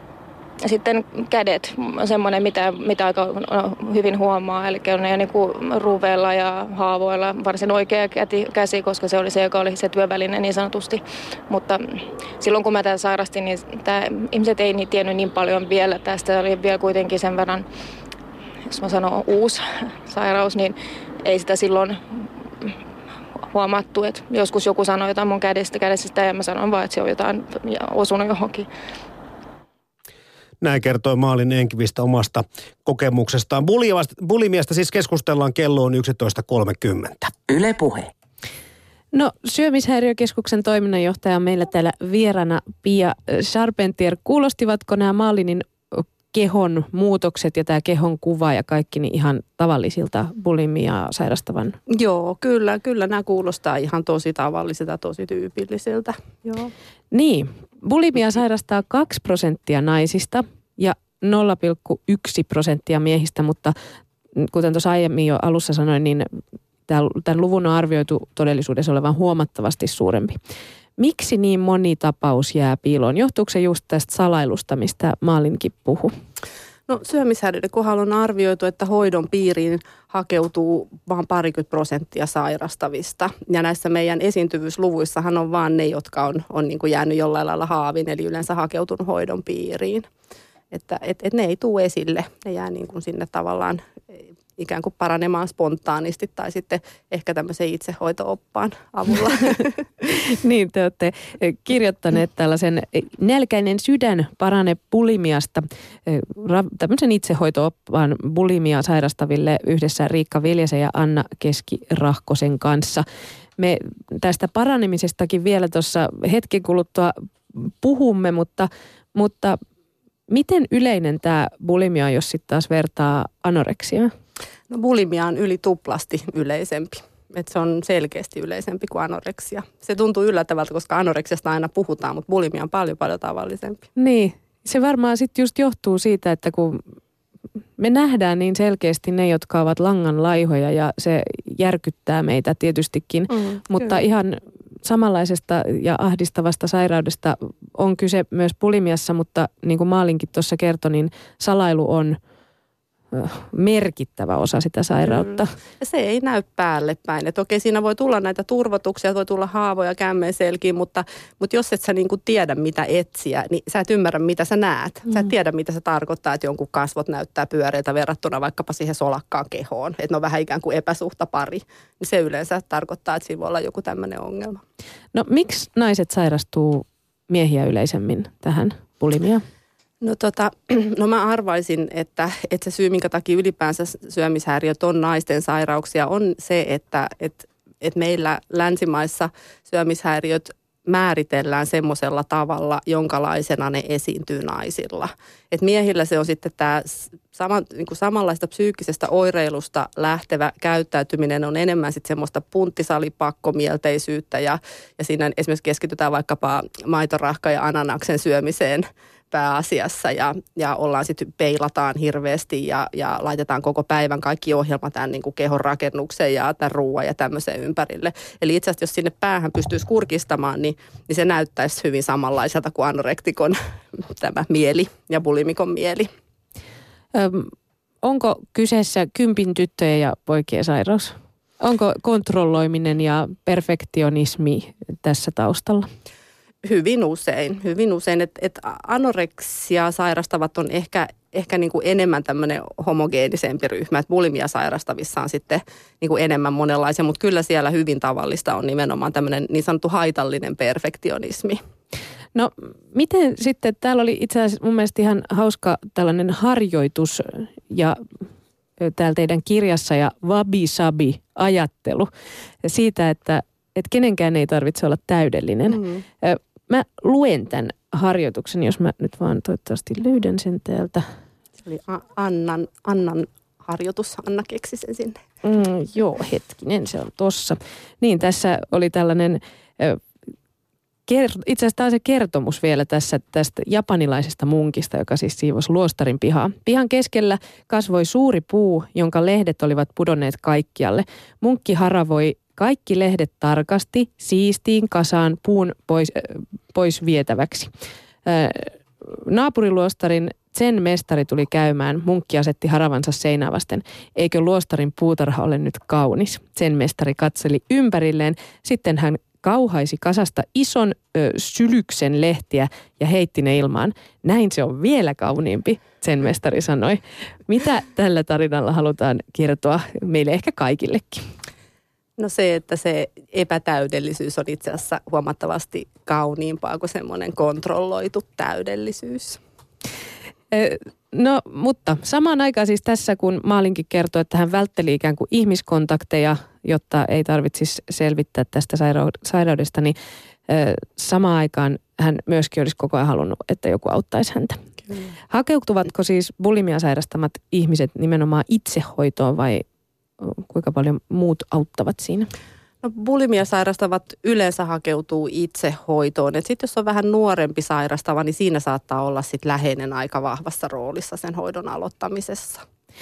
sitten kädet on semmoinen, mitä, mitä aika hyvin huomaa, eli on ne niin kuin ruuveilla ja haavoilla, varsin oikea käsi, koska se oli se, joka oli se työväline niin sanotusti. Mutta silloin kun mä tämän sairastin, niin tämä, ihmiset ei niin tiennyt niin paljon vielä tästä, oli vielä kuitenkin sen verran, jos mä sanon uusi sairaus, niin ei sitä silloin huomattu. Että joskus joku sanoi jotain mun kädestä, kädestä ja mä sanon vaan, että se on jotain osunut johonkin. Näin kertoi Malin Enqvist omasta kokemuksestaan. Bulimiasta siis keskustellaan, kello on yksitoista kolmekymmentä. Yle Puhe. No, syömishäiriökeskuksen toiminnanjohtaja on meillä täällä vieraana Pia Charpentier. Kuulostivatko nämä Malinin kehon muutokset ja tämä kehon kuva ja kaikki niin ihan tavallisilta bulimiaa sairastavan? Joo, kyllä, kyllä nämä kuulostaa ihan tosi tavallisilta, tosi tyypillisiltä. Joo. Niin, bulimia sairastaa kaksi prosenttia naisista ja nolla pilkku yksi prosenttia miehistä, mutta kuten tuossa aiemmin jo alussa sanoin, niin tämän luvun on arvioitu todellisuudessa olevan huomattavasti suurempi. Miksi niin moni tapaus jää piiloon? Johtuuko se just tästä salailusta, mistä Malinkin puhui? No syömishäiriöiden kohdalla on arvioitu, että hoidon piiriin hakeutuu vain parikymmentä prosenttia sairastavista. Ja näissä meidän esiintyvyysluvuissahan on vaan ne, jotka on, on niin kuin jäänyt jollain lailla haavin, eli yleensä hakeutunut hoidon piiriin. Että et, et ne ei tule esille, ne jää niin kuin sinne tavallaan ikään kuin paranemaan spontaanisti tai sitten ehkä tämmöisen itsehoito-oppaan avulla. Niin, te olette kirjoittaneet tällaisen Nälkäinen sydän parane bulimiasta, tämmöisen itsehoito-oppaan bulimia sairastaville yhdessä Riikka Viljasen ja Anna Keski-Rahkosen kanssa. Me tästä paranemisestakin vielä tuossa hetken kuluttua puhumme, mutta, mutta miten yleinen tämä bulimia on, jos sitten taas vertaa anoreksiaan? No bulimia on yli tuplasti yleisempi. Et se on selkeästi yleisempi kuin anoreksia. Se tuntuu yllättävältä, koska anoreksiasta aina puhutaan, mutta bulimia on paljon paljon tavallisempi. Niin, se varmaan sitten just johtuu siitä, että kun me nähdään niin selkeästi ne, jotka ovat langan laihoja ja se järkyttää meitä tietystikin, mm, mutta kyllä. Ihan samanlaisesta ja ahdistavasta sairaudesta on kyse myös bulimiassa, mutta niin kuin Malinkin tuossa kertoi, niin salailu on merkittävä osa sitä sairautta. Ja se ei näy päälle päin. Että okei, siinä voi tulla näitä turvotuksia, voi tulla haavoja kämmenselkiin, mutta, mutta jos et sä niin kuin tiedä, mitä etsiä, niin sä et ymmärrä, mitä sä näet. Sä et tiedä, mitä se tarkoittaa, että jonkun kasvot näyttää pyöreiltä verrattuna vaikkapa siihen solakkaan kehoon. Että ne on vähän ikään kuin epäsuhta pari. Niin se yleensä tarkoittaa, että siinä voi olla joku tämmöinen ongelma. No miksi naiset sairastuu miehiä yleisemmin tähän bulimiaan? No, tota, no mä arvaisin, että, että se syy, minkä takia ylipäänsä syömishäiriöt on naisten sairauksia, on se, että, että, että meillä länsimaissa syömishäiriöt määritellään semmoisella tavalla, jonkalaisena ne esiintyy naisilla. Et miehillä se on sitten tämä sama, niin kuin samanlaista psyykkisestä oireilusta lähtevä käyttäytyminen on enemmän sitten semmoista punttisalipakkomielteisyyttä ja, ja siinä esimerkiksi keskitytään vaikkapa maitorahka ja ananaksen syömiseen pääasiassa ja, ja ollaan sitten peilataan hirveästi ja, ja laitetaan koko päivän kaikki ohjelma tämän niin kuin kehon rakennukseen ja tämän ruoan ja tämmöiseen ympärille. Eli itse asiassa jos sinne päähän pystyisi kurkistamaan, niin, niin se näyttäisi hyvin samanlaiselta kuin anorektikon tämä mieli ja bulimikon mieli. Öm, onko kyseessä kympin tyttöjen ja poikien sairaus? Onko kontrolloiminen ja perfektionismi tässä taustalla? Hyvin usein, hyvin usein, että et anoreksia sairastavat on ehkä, ehkä niin kuin enemmän tämmöinen homogeenisempi ryhmä, että bulimia sairastavissa on sitten niin kuin enemmän monenlaisia, mutta kyllä siellä hyvin tavallista on nimenomaan tämmöinen niin sanottu haitallinen perfektionismi. No miten sitten, täällä oli itse asiassa mun mielestä ihan hauska tällainen harjoitus ja täällä teidän kirjassa ja wabi-sabi-ajattelu siitä, että, että kenenkään ei tarvitse olla täydellinen. Mm-hmm. Mä luen tämän harjoituksen, jos mä nyt vaan toivottavasti löydän sen täältä. Se oli Annan, Annan harjoitus, Anna keksi sen sinne. Mm, joo, hetkinen, se on tossa. Niin, tässä oli tällainen, itse asiassa tämä on se kertomus vielä tässä tästä japanilaisesta munkista, joka siis siivosi luostarin pihaa. Pihan keskellä kasvoi suuri puu, jonka lehdet olivat pudonneet kaikkialle. Munkki haravoi kaikki lehdet tarkasti, siistiin kasaan puun pois, äh, pois vietäväksi. Äh, naapuriluostarin sen mestari tuli käymään. Munkki asetti haravansa seinää vasten. Eikö luostarin puutarha ole nyt kaunis? Sen mestari katseli ympärilleen. Sitten hän kauhaisi kasasta ison ö, sylyksen lehtiä ja heitti ne ilmaan. Näin se on vielä kauniimpi, sen mestari sanoi. Mitä tällä tarinalla halutaan kertoa meille ehkä kaikillekin? No se, että se epätäydellisyys on itse asiassa huomattavasti kauniimpaa kuin semmoinen kontrolloitu täydellisyys. No, mutta samaan aikaan siis tässä, kun Maalinkin kertoi, että hän vältteli ikään kuin ihmiskontakteja, jotta ei tarvitsisi selvittää tästä sairaudesta, niin samaan aikaan hän myöskin olisi koko ajan halunnut, että joku auttaisi häntä. Kyllä. Hakeutuvatko siis bulimia sairastamat ihmiset nimenomaan itsehoitoon vai kuinka paljon muut auttavat siinä? No, bulimia sairastavat yleensä hakeutuu itsehoitoon. Sitten jos on vähän nuorempi sairastava, niin siinä saattaa olla sit läheinen aika vahvassa roolissa sen hoidon aloittamisessa.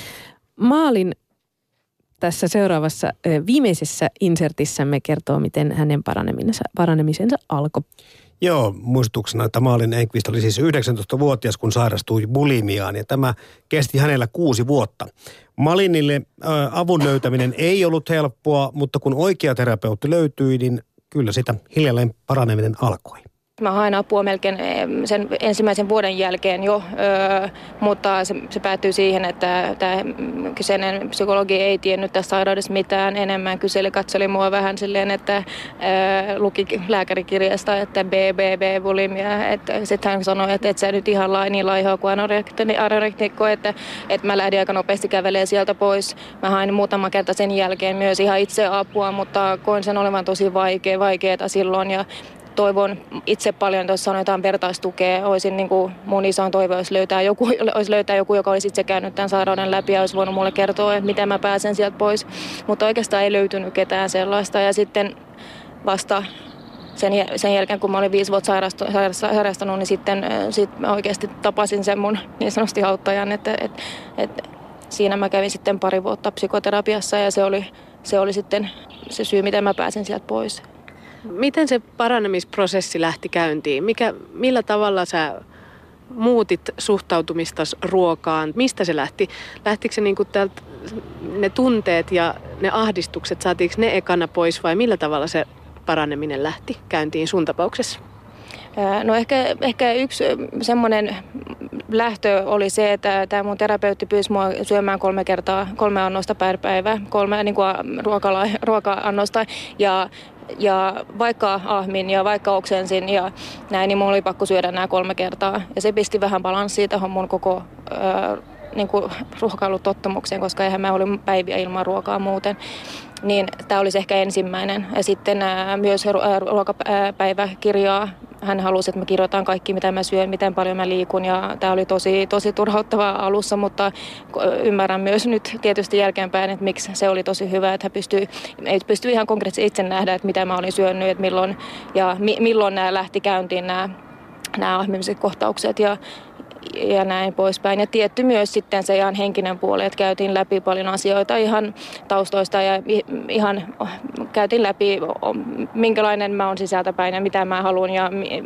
Maalin tässä seuraavassa viimeisessä insertissämme kertoo, miten hänen paranemisen, paranemisen alkoi. Joo, muistutuksena, että Maalin Enqvist oli siis yhdeksäntoistavuotias, kun sairastui bulimiaan, ja tämä kesti hänellä kuusi vuotta. Malinille äh, avun löytäminen ei ollut helppoa, mutta kun oikea terapeutti löytyi, niin kyllä sitä hiljalleen paraneminen alkoi. Mä hain apua melkein sen ensimmäisen vuoden jälkeen jo, öö, mutta se, se päättyi siihen, että tämä kyseinen psykologi ei tiennyt tästä sairaudesta mitään enemmän. Kyseli, katseli mua vähän silleen, että öö, luki lääkärikirjasta, että B B B bulimia. Sitten hän sanoi, että et sä nyt ihan lai, niin laihoa kuin anorektikko, että, että mä lähdin aika nopeasti kävelemään sieltä pois. Mä hain muutama kerta sen jälkeen myös ihan itse apua, mutta koin sen olevan tosi vaikea, vaikeaa silloin ja toivon itse paljon, jos sanotaan vertaistukea, olisin niin kuin mun isoin toive olisi löytää, joku, olisi löytää joku, joka olisi itse käynyt tämän sairauden läpi ja olisi voinut mulle kertoa, että miten mä pääsen sieltä pois. Mutta oikeastaan ei löytynyt ketään sellaista ja sitten vasta sen, sen jälkeen, kun mä olin viisi vuotta sairastu, sairastanut, niin sitten sit mä oikeasti tapasin sen mun niin sanotusti auttajan, että et, et, siinä mä kävin sitten pari vuotta psykoterapiassa ja se oli, se oli sitten se syy, miten mä pääsin sieltä pois. Miten se paranemisprosessi lähti käyntiin? Mikä, millä tavalla sä muutit suhtautumista ruokaan? Mistä se lähti? Lähtikö se niin kuin täältä, ne tunteet ja ne ahdistukset, saatiinko ne ekana pois vai millä tavalla se paraneminen lähti käyntiin sun tapauksessa? No ehkä, ehkä yksi semmoinen lähtö oli se, että tämä mun terapeutti pyysi mua syömään kolme kertaa, kolme annosta per päivä, kolme niin kuin ruokala, ruoka-annosta ja Ja vaikka ahmin ja vaikka oksensin ja näin, niin mun oli pakko syödä nämä kolme kertaa. Ja se pisti vähän balanssia tähän mun koko ää, niin kuin ruokailutottumukseen, koska eihän mä olin päiviä ilman ruokaa muuten. niin tämä olisi ehkä ensimmäinen. Ja sitten ää, myös ruokapäiväkirjaa. Hän halusi, että mä kirjoitan kaikki, mitä mä syön, miten paljon mä liikun. Ja tämä oli tosi, tosi turhauttavaa alussa, mutta ymmärrän myös nyt tietysti jälkeenpäin, että miksi se oli tosi hyvä. Että hän pystyy, pystyy ihan konkreettisesti itse nähdä, että mitä mä olin syönyt, että milloin, ja mi, milloin nämä lähti käyntiin nämä, nämä ahmimiset kohtaukset. Ja, ja näin poispäin. Ja tietty myös sitten se ihan henkinen puoli, että käytiin läpi paljon asioita ihan taustoista ja ihan käytiin läpi, minkälainen mä oon sisältäpäin ja mitä mä haluan. Ja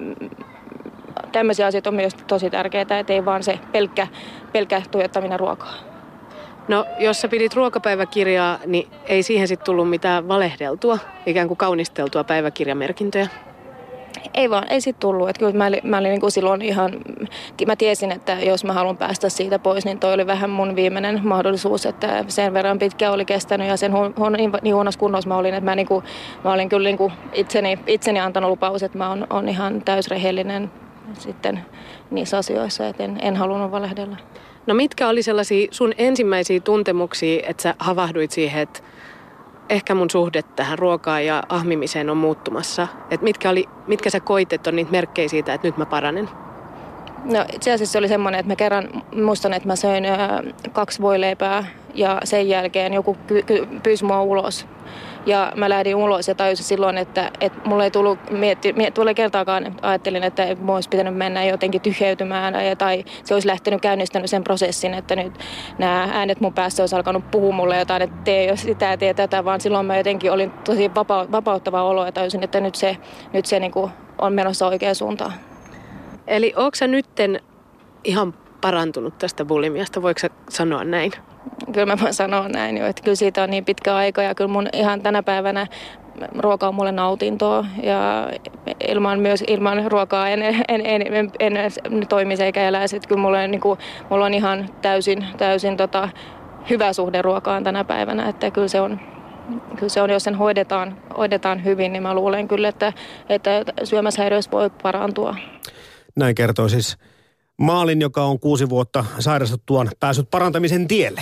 tämmöisiä asioita on myös tosi tärkeää, että ei vaan se pelkkä, pelkkä tuijottaminen ruokaa. No, jos sä pidit ruokapäiväkirjaa, niin ei siihen sitten tullut mitään valehdeltua, ikään kuin kaunisteltua päiväkirjamerkintöjä? Ei vaan, ei sit tullut. Että kyllä mä olin, mä olin niin kuin silloin ihan, mä tiesin, että jos mä haluan päästä siitä pois, niin toi oli vähän mun viimeinen mahdollisuus, että sen verran pitkä oli kestänyt ja sen huon, huon, niin, niin huonossa kunnossa mä olin, että mä, niin kuin, mä olin kyllä niin kuin itseni, itseni antanut lupaus, että mä oon, oon ihan täysrehellinen sitten niissä asioissa, että en, en halunnut valehdella. No mitkä oli sellaisia sun ensimmäisiä tuntemuksia, että sä havahduit siihen, että ehkä mun suhde tähän ruokaan ja ahmimiseen on muuttumassa. Et mitkä, oli, mitkä sä koit, että on niitä merkkejä siitä, että nyt mä paranen? No itse asiassa se oli semmoinen, että mä kerran muistan, että mä söin ö, kaksi voileipää ja sen jälkeen joku ky- ky- pyysi mua ulos. Ja mä lähdin ulos ja tajusin silloin, että, että mulle ei tullut mietti, mietti, tulee kertaakaan, ajattelin, että mä olisi pitänyt mennä jotenkin tyhjeytymään tai se olisi lähtenyt käynnistänyt sen prosessin, että nyt nämä äänet mun päässä olisi alkanut puhua mulle jotain, että tee jo sitä, tee tätä, vaan silloin mä jotenkin olin tosi vapa- vapauttava olo ja tajusin, että nyt se, nyt se niin kuin on menossa oikeaan suuntaan. Eli ootko sä nytten ihan parantunut tästä bulimiasta, voiko sä sanoa näin? Kyllä mä voin sanoa näin jo, että kyllä siitä on niin pitkä aika ja kyllä mun ihan tänä päivänä ruoka on mulle nautintoa ja ilman myös ilman ruokaa en, en, en, en, en, en toimisi eikä eläisi. Kyllä mulla on, niin kuin, mulla on ihan täysin, täysin tota, hyvä suhde ruokaan tänä päivänä, että kyllä se on, kyllä se on jos sen hoidetaan, hoidetaan hyvin, niin mä luulen kyllä, että, että syömäshäiriössä voi parantua. Näin kertoo siis Maalin, joka on kuusi vuotta sairastuttuaan päässyt parantamisen tielle.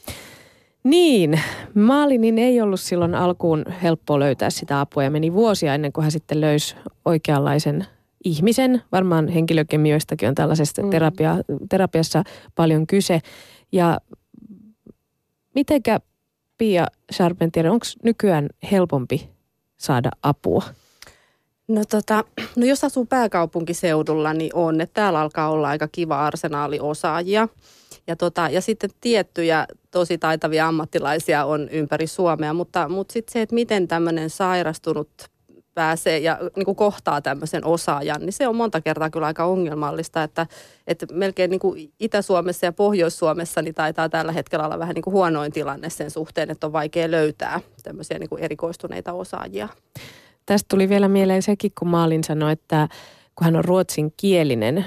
Niin, Maalinin ei ollut silloin alkuun helppoa löytää sitä apua ja meni vuosia ennen kuin hän sitten löysi oikeanlaisen ihmisen. Varmaan henkilökemioistakin on tällaisesta mm. terapia, terapiassa paljon kyse. Ja mitenkä Pia Charpentier, onko nykyään helpompi saada apua? No, tota, no jos asuu pääkaupunkiseudulla, niin on, että täällä alkaa olla aika kiva arsenaali osaajia. Ja, tota, ja sitten tiettyjä tosi taitavia ammattilaisia on ympäri Suomea, mutta, mutta sitten se, että miten tämmöinen sairastunut pääsee ja niin kuin kohtaa tämmöisen osaajan, niin se on monta kertaa kyllä aika ongelmallista, että, että melkein niin kuin Itä-Suomessa ja Pohjois-Suomessa niin taitaa tällä hetkellä olla vähän niin kuin huonoin tilanne sen suhteen, että on vaikea löytää tämmöisiä niin kuin erikoistuneita osaajia. Tästä tuli vielä mieleen sekin, kun Maalin sanoi, että kun hän on ruotsinkielinen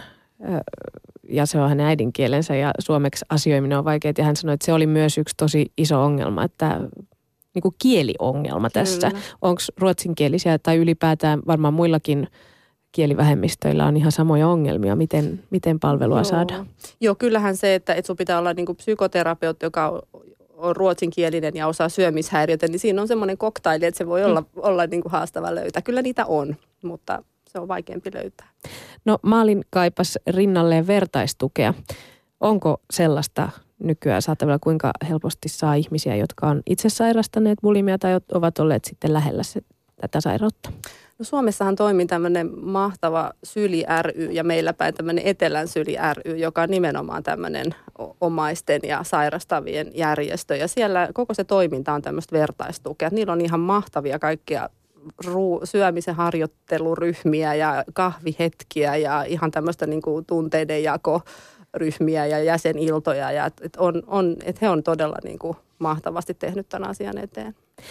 ja se on hänen äidinkielensä ja suomeksi asioiminen on vaikeaa. Ja hän sanoi, että se oli myös yksi tosi iso ongelma, että niin kuin kieliongelma tässä. Onko ruotsinkielisiä tai ylipäätään varmaan muillakin kielivähemmistöillä on ihan samoja ongelmia, miten, miten palvelua Joo. saadaan? Joo, kyllähän se, että, että sun pitää olla niin kuin psykoterapeutti, joka on on ruotsinkielinen ja osaa syömishäiriötä, niin siinä on semmoinen koktaili, että se voi olla, mm. olla niin kuin haastava löytää. Kyllä niitä on, mutta se on vaikeampi löytää. No Maalin kaipas rinnalleen vertaistukea. Onko sellaista nykyään saatavilla, kuinka helposti saa ihmisiä, jotka on itse sairastaneet bulimia tai ovat olleet sitten lähellä se, tätä sairautta? No Suomessahan toimii tämmöinen mahtava Syli ry ja meillä päin tämmöinen Etelän Syli ry, joka on nimenomaan tämmöinen omaisten ja sairastavien järjestö. Ja siellä koko se toiminta on tämmöistä vertaistukea. Niillä on ihan mahtavia kaikkia ruu- syömisen harjoitteluryhmiä ja kahvihetkiä ja ihan tämmöistä niin kuin tunteiden jakoryhmiä ja jäseniltoja. Ja et on, on, et he on todella niin kuin mahtavasti tehnyt tämän asian eteen.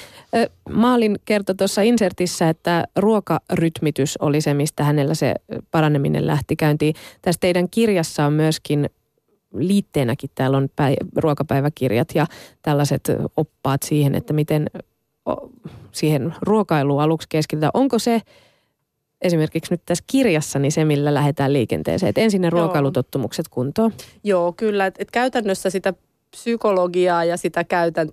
Maalin kertoi tuossa insertissä, että ruokarytmitys oli se, mistä hänellä se paraneminen lähti käyntiin. Tässä teidän kirjassa on myöskin liitteenäkin, täällä on päi- ruokapäiväkirjat ja tällaiset oppaat siihen, että miten siihen ruokailuun aluksi keskitytään. Onko se esimerkiksi nyt tässä kirjassani se, millä lähdetään liikenteeseen, että ensin ne ruokailutottumukset kuntoon? Joo, kyllä. Et, et käytännössä sitä psykologiaa ja sitä käytäntöä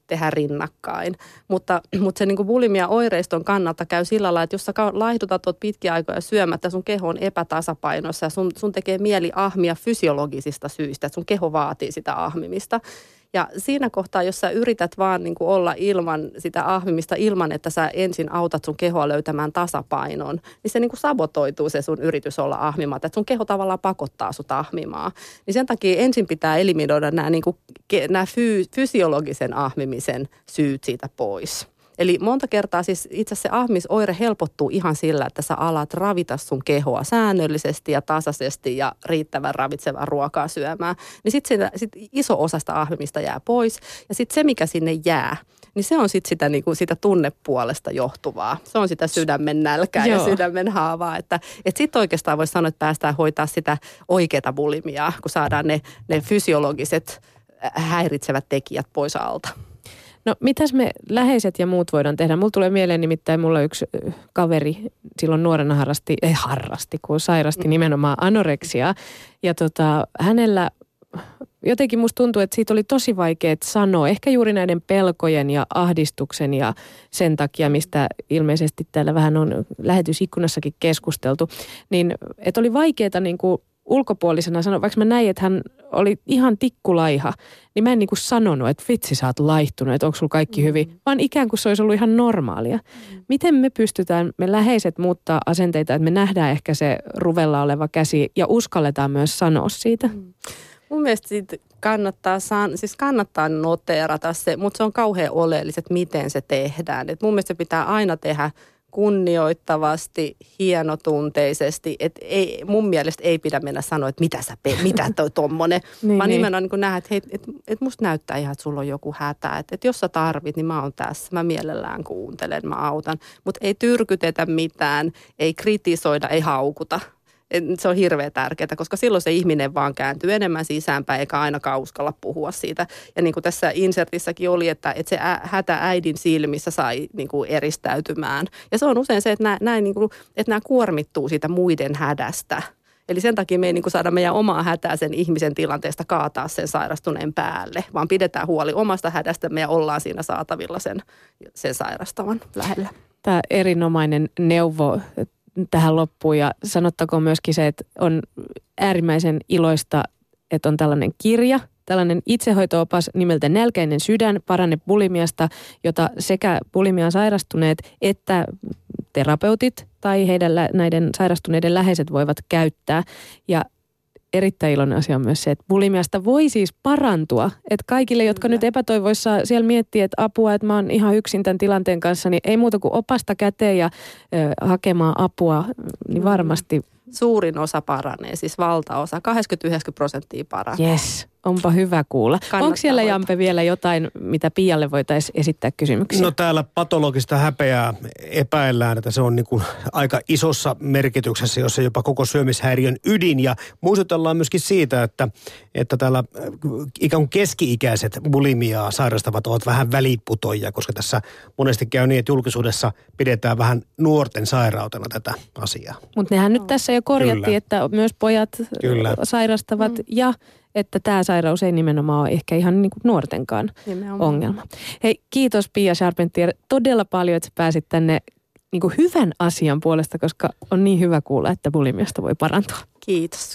tehdä rinnakkain. Mutta, mutta se niin kuin bulimia-oireiston kannalta käy sillä lailla, että jos sä laihdutat oot pitkiä aikoja syömättä, sun keho on epätasapainossa ja sun, sun tekee mieli ahmia fysiologisista syistä, että sun keho vaatii sitä ahmimista. Ja siinä kohtaa, jos sä yrität vaan niin kuin olla ilman sitä ahmimista, ilman että sä ensin autat sun kehoa löytämään tasapainon, niin se niin kuin sabotoituu se sun yritys olla ahmimatta. Että sun keho tavallaan pakottaa sut ahmimaan. Niin sen takia ensin pitää eliminoida nämä, niin kuin, nämä fy, fysiologisen ahmimisen syyt siitä pois. Eli monta kertaa siis itse asiassa se ahmisoire helpottuu ihan sillä, että sä alat ravita sun kehoa säännöllisesti ja tasaisesti ja riittävän ravitsevaa ruokaa syömään. Niin sitten sit iso osasta ahmimista jää pois ja sitten se, mikä sinne jää, niin se on sitten sitä, niinku, sitä tunnepuolesta johtuvaa. Se on sitä sydämen nälkää Joo. ja sydämen haavaa. Että et sitten oikeastaan voisi sanoa, että päästään hoitaa sitä oikeaa bulimiaa, kun saadaan ne, ne fysiologiset häiritsevät tekijät pois alta. No mitäs me läheiset ja muut voidaan tehdä? Mulla tulee mieleen nimittäin, mulla yksi kaveri silloin nuorena harrasti, ei harrasti, kun sairasti nimenomaan anoreksiaa. Ja tota, hänellä jotenkin musta tuntuu, että siitä oli tosi vaikea sanoa. Ehkä juuri näiden pelkojen ja ahdistuksen ja sen takia, mistä ilmeisesti täällä vähän on lähetysikkunassakin keskusteltu. Niin, että oli vaikeaa niin kuin ulkopuolisena sanoa, vaikka mä näin, että hän oli ihan tikkulaiha, niin mä en niin kuin sanonut, että vitsi sä oot laihtunut, että onko sulla kaikki mm. hyvin, vaan ikään kuin se olisi ollut ihan normaalia. Mm. Miten me pystytään, me läheiset muuttaa asenteita, että me nähdään ehkä se ruvella oleva käsi ja uskalletaan myös sanoa siitä? Mm. Mun mielestä siitä kannattaa, siis kannattaa noteerata se, mutta se on kauhean oleellista, miten se tehdään. Et mun mielestä se pitää aina tehdä kunnioittavasti, hienotunteisesti, että ei, mun mielestä ei pidä mennä sanoa, että mitä sä pe- mitä toi tommonen, niin, vaan niin. nimenomaan niin nähdä, että hei, et, et musta näyttää ihan, että sulla on joku hätä, että et jos sä tarvit, niin mä oon tässä, mä mielellään kuuntelen, mä autan, mutta ei tyrkytetä mitään, ei kritisoida, ei haukuta. Se on hirveän tärkeää, koska silloin se ihminen vaan kääntyy enemmän sisäänpäin eikä ainakaan uskalla puhua siitä. Ja niin kuin tässä insertissäkin oli, että, että se ä, hätä äidin silmissä sai niin kuin eristäytymään. Ja se on usein se, että nämä, nämä, niin kuin, että nämä kuormittuu siitä muiden hädästä. Eli sen takia me ei niin kuin saada meidän omaa hätää sen ihmisen tilanteesta kaataa sen sairastuneen päälle, vaan pidetään huoli omasta hädästämme ja ollaan siinä saatavilla sen, sen sairastavan lähellä. Tämä erinomainen neuvo tähän loppuun ja sanottakoon myöskin se, että on äärimmäisen iloista, että on tällainen kirja, tällainen itsehoito-opas nimeltä Nälkäinen sydän, paranne bulimiasta, jota sekä bulimiaan sairastuneet että terapeutit tai heidän näiden sairastuneiden läheiset voivat käyttää. Ja erittäin iloinen asia on myös se, että bulimiasta voi siis parantua. Että kaikille, jotka Kyllä. nyt epätoivoissa siellä miettii, että apua, että mä oon ihan yksin tämän tilanteen kanssa, niin ei muuta kuin opasta käteen ja ö, hakemaan apua, niin varmasti. Suurin osa paranee, siis valtaosa, kahdeksankymmentä–yhdeksänkymmentä prosenttia paranee. Yes, onpa hyvä kuulla. Kannattaa Onko siellä, hoitaa. Jampe, vielä jotain, mitä Pialle voitaisiin esittää kysymyksiä? No täällä patologista häpeää epäillään, että se on niin kuin aika isossa merkityksessä, jossa jopa koko syömishäiriön ydin. Ja muistutellaan myöskin siitä, että, että täällä ikään kuin keski-ikäiset bulimiaa sairastavat ovat vähän väliputoja, koska tässä monesti käy niin, että julkisuudessa pidetään vähän nuorten sairautena tätä asiaa. Mutta nehän nyt tässä jo korjattiin, Kyllä. että myös pojat Kyllä. sairastavat mm. ja että tämä sairaus ei nimenomaan ole ehkä ihan niin kuin nuortenkaan nimenomaan. Ongelma. Hei, kiitos Pia Charpentier todella paljon, että pääsit tänne niin kuin hyvän asian puolesta, koska on niin hyvä kuulla, että bulimiasta voi parantua. Kiitos.